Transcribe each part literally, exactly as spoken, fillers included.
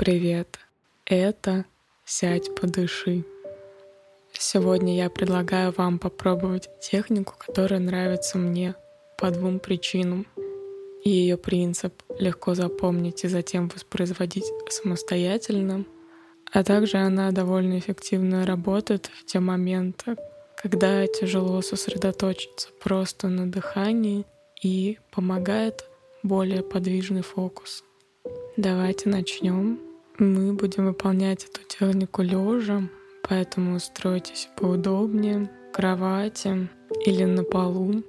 Привет! Это «Сядь, подыши». Сегодня я предлагаю вам попробовать технику, которая нравится мне по двум причинам. И ее принцип легко запомнить и затем воспроизводить самостоятельно. А также она довольно эффективно работает в те моменты, когда тяжело сосредоточиться просто на дыхании и помогает более подвижный фокус. Давайте начнем. Мы будем выполнять эту технику лежа, поэтому устройтесь поудобнее в кровати или на полу.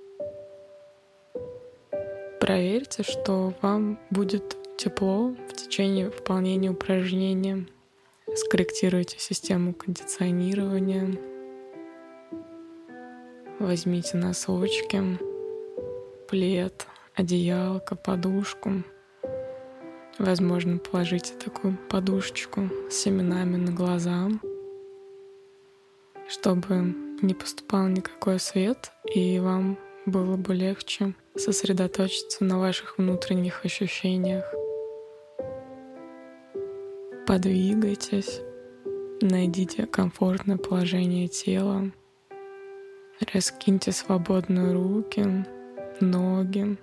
Проверьте, что вам будет тепло в течение выполнения упражнения. Скорректируйте систему кондиционирования. Возьмите носочки, плед, одеялко, подушку. Возможно, положите такую подушечку с семенами на глаза, чтобы не поступал никакой свет, и вам было бы легче сосредоточиться на ваших внутренних ощущениях. Подвигайтесь, найдите комфортное положение тела, раскиньте свободно руки, ноги.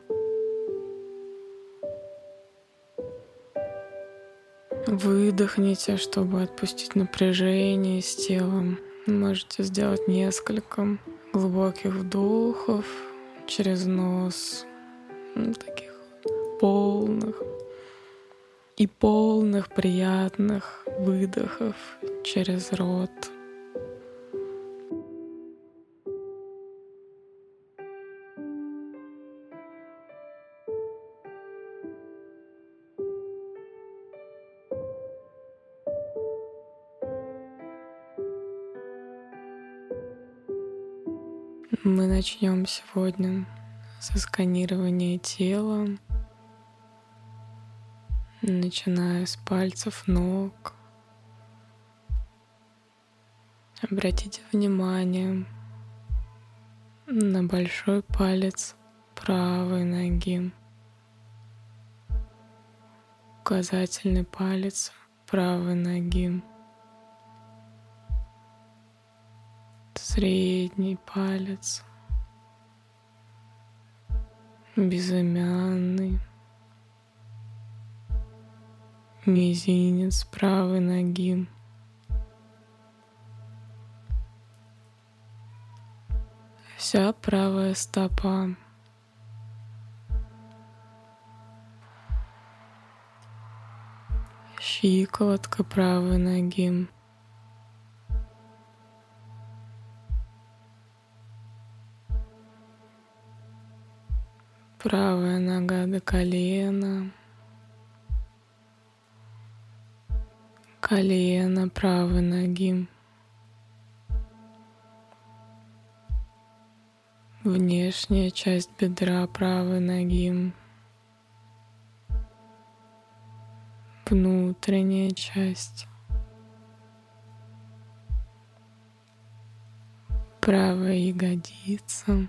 Выдохните, чтобы отпустить напряжение из тела. Можете сделать несколько глубоких вдохов через нос, таких полных и полных приятных выдохов через рот. Мы начнем сегодня со сканирования тела, начиная с пальцев ног. Обратите внимание на большой палец правой ноги, указательный палец правой ноги, средний палец, безымянный, мизинец правой ноги, вся правая стопа, щиколотка правой ноги, правая нога до колена, колено правой ноги, внешняя часть бедра правой ноги, внутренняя часть, правая ягодица,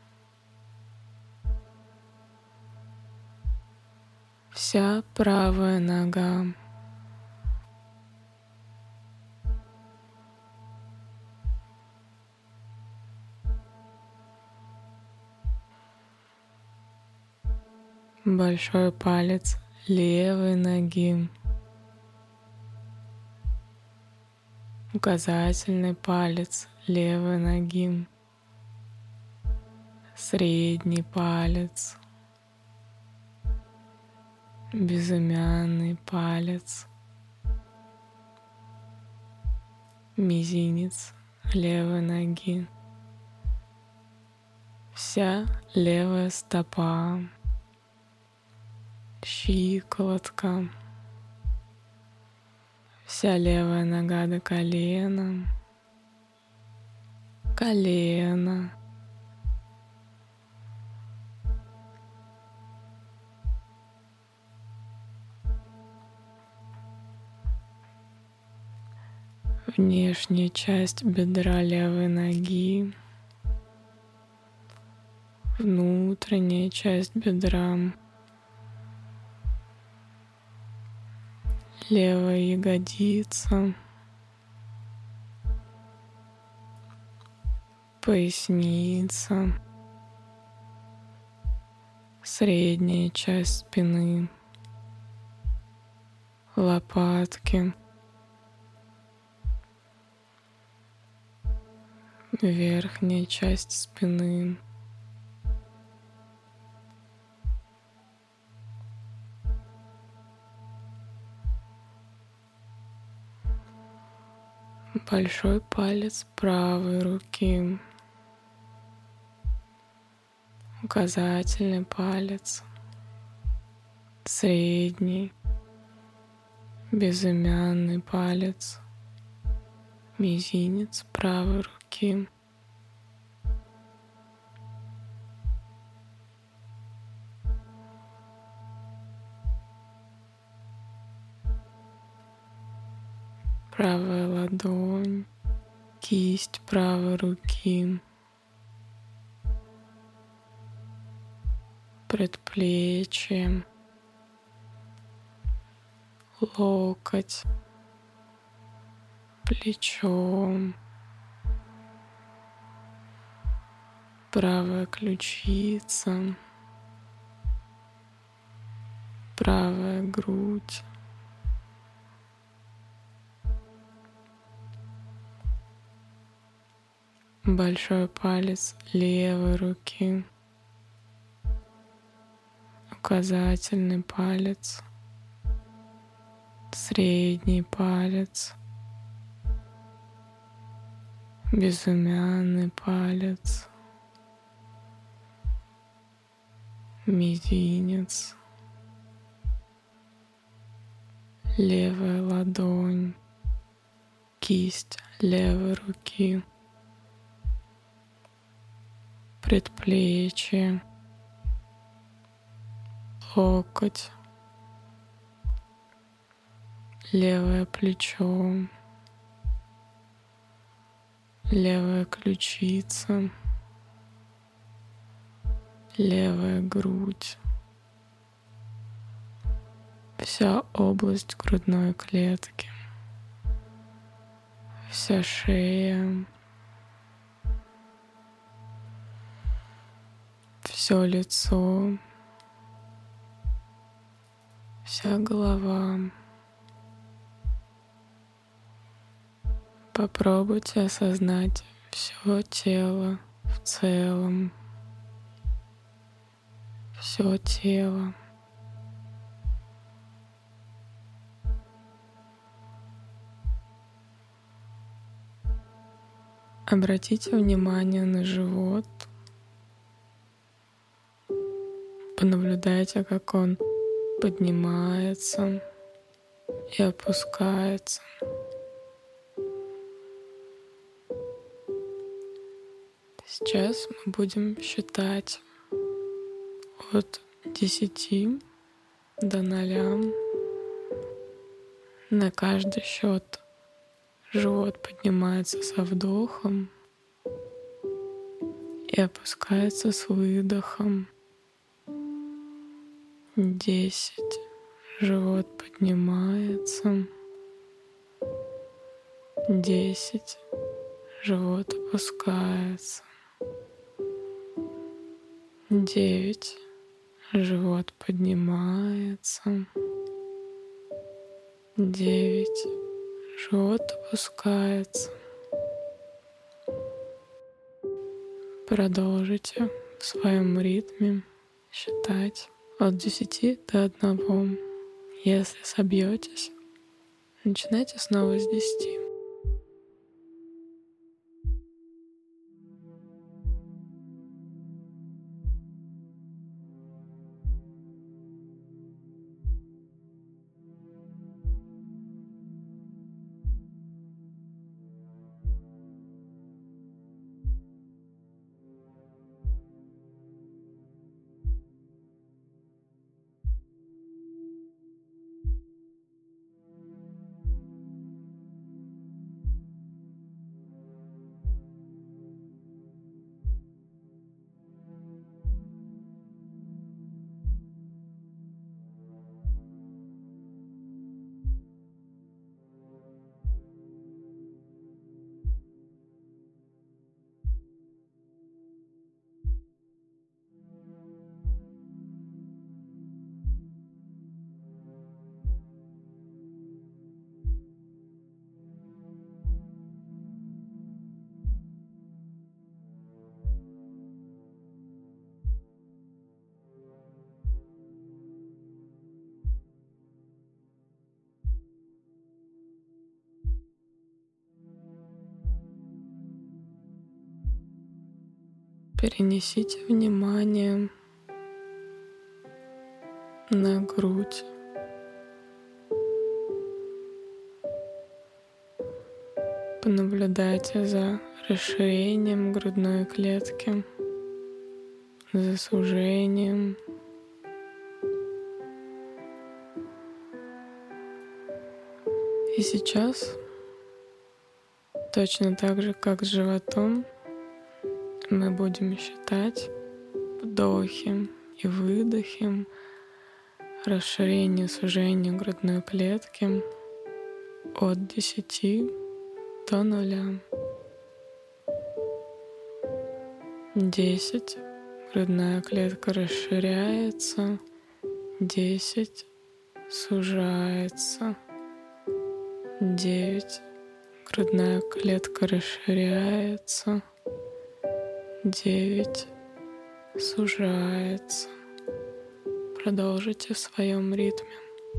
вся правая нога, большой палец левой ноги, указательный палец левой ноги, средний палец, безымянный палец, мизинец левой ноги, вся левая стопа, щиколотка, вся левая нога до колена, колено, внешняя часть бедра левой ноги, внутренняя часть бедра, левая ягодица, поясница, средняя часть спины, лопатки, верхняя часть спины, большой палец правой руки, указательный палец, средний, безымянный палец, мизинец правой руки, правая ладонь, кисть правой руки, предплечье, локоть, плечо, правая ключица, правая грудь, большой палец левой руки, указательный палец, средний палец, безымянный палец, мизинец, левая ладонь, кисть левой руки, предплечье, локоть, левое плечо, левая ключица, левая грудь, вся область грудной клетки, вся шея, все лицо, вся голова. Попробуйте осознать все тело в целом, все тело. Обратите внимание на живот. Понаблюдайте, как он поднимается и опускается. Сейчас мы будем считать от десяти до ноля. На каждый счет живот поднимается со вдохом и опускается с выдохом. Десять. Живот поднимается. Десять. Живот опускается. Девять. Живот поднимается. Девять. Живот опускается. Продолжите в своем ритме считать от десяти до одного. Если собьетесь, начинайте снова с десяти. Перенесите внимание на грудь. Понаблюдайте за расширением грудной клетки, за сужением. И сейчас, точно так же, как с животом, мы будем считать вдохи и выдохи, расширение, сужение грудной клетки от десяти до нуля. Десять. Грудная клетка расширяется. Десять. Сужается. Девять. Грудная клетка расширяется. Девять. Сужается. Продолжите в своем ритме.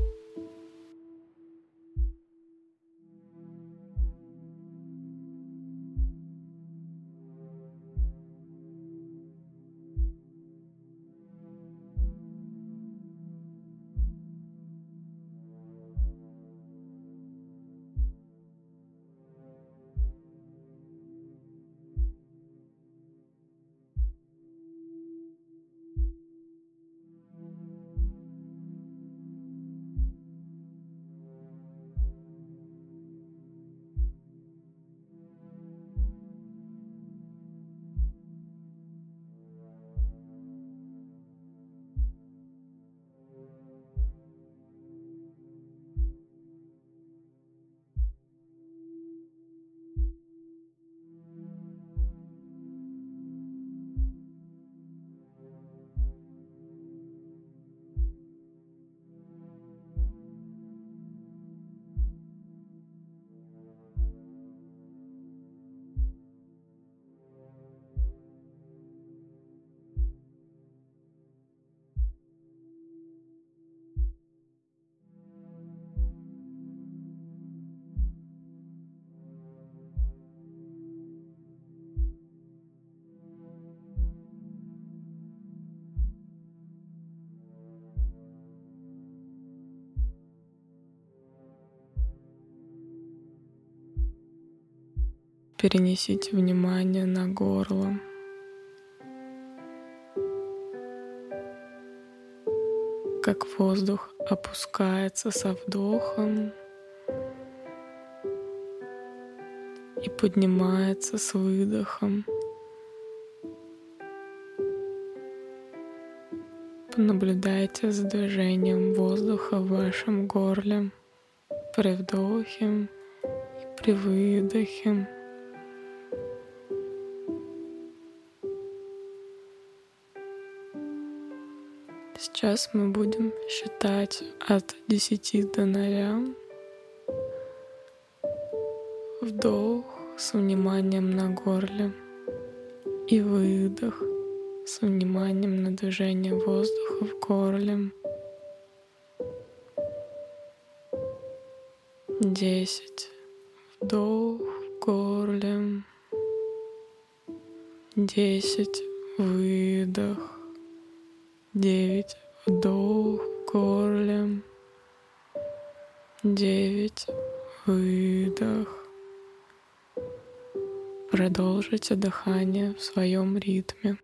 Перенесите внимание на горло. Как воздух опускается со вдохом и поднимается с выдохом. Понаблюдайте за движением воздуха в вашем горле при вдохе и при выдохе. Сейчас мы будем считать от десяти до нуля. Вдох с вниманием на горле и выдох с вниманием на движение воздуха в горле. Десять. Вдох в горле. Десять. Выдох. Девять. Вдох в горле. Девять. Выдох. Продолжите дыхание в своем ритме.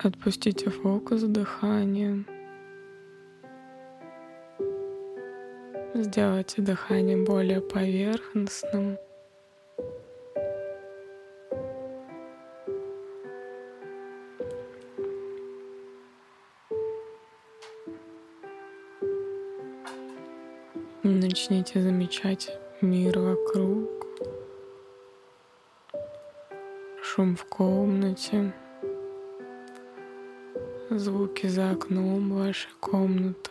Отпустите фокус дыхания. Сделайте дыхание более поверхностным. Начните замечать мир вокруг, шум в комнате, звуки за окном вашей комнаты.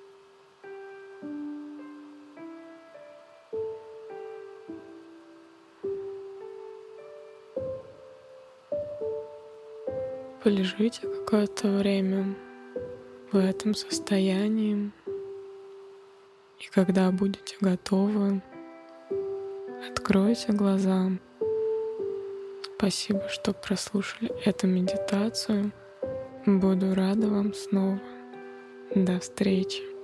Полежите какое-то время в этом состоянии, и когда будете готовы, откройте глаза. Спасибо, что прослушали эту медитацию. Буду рада вам снова. До встречи.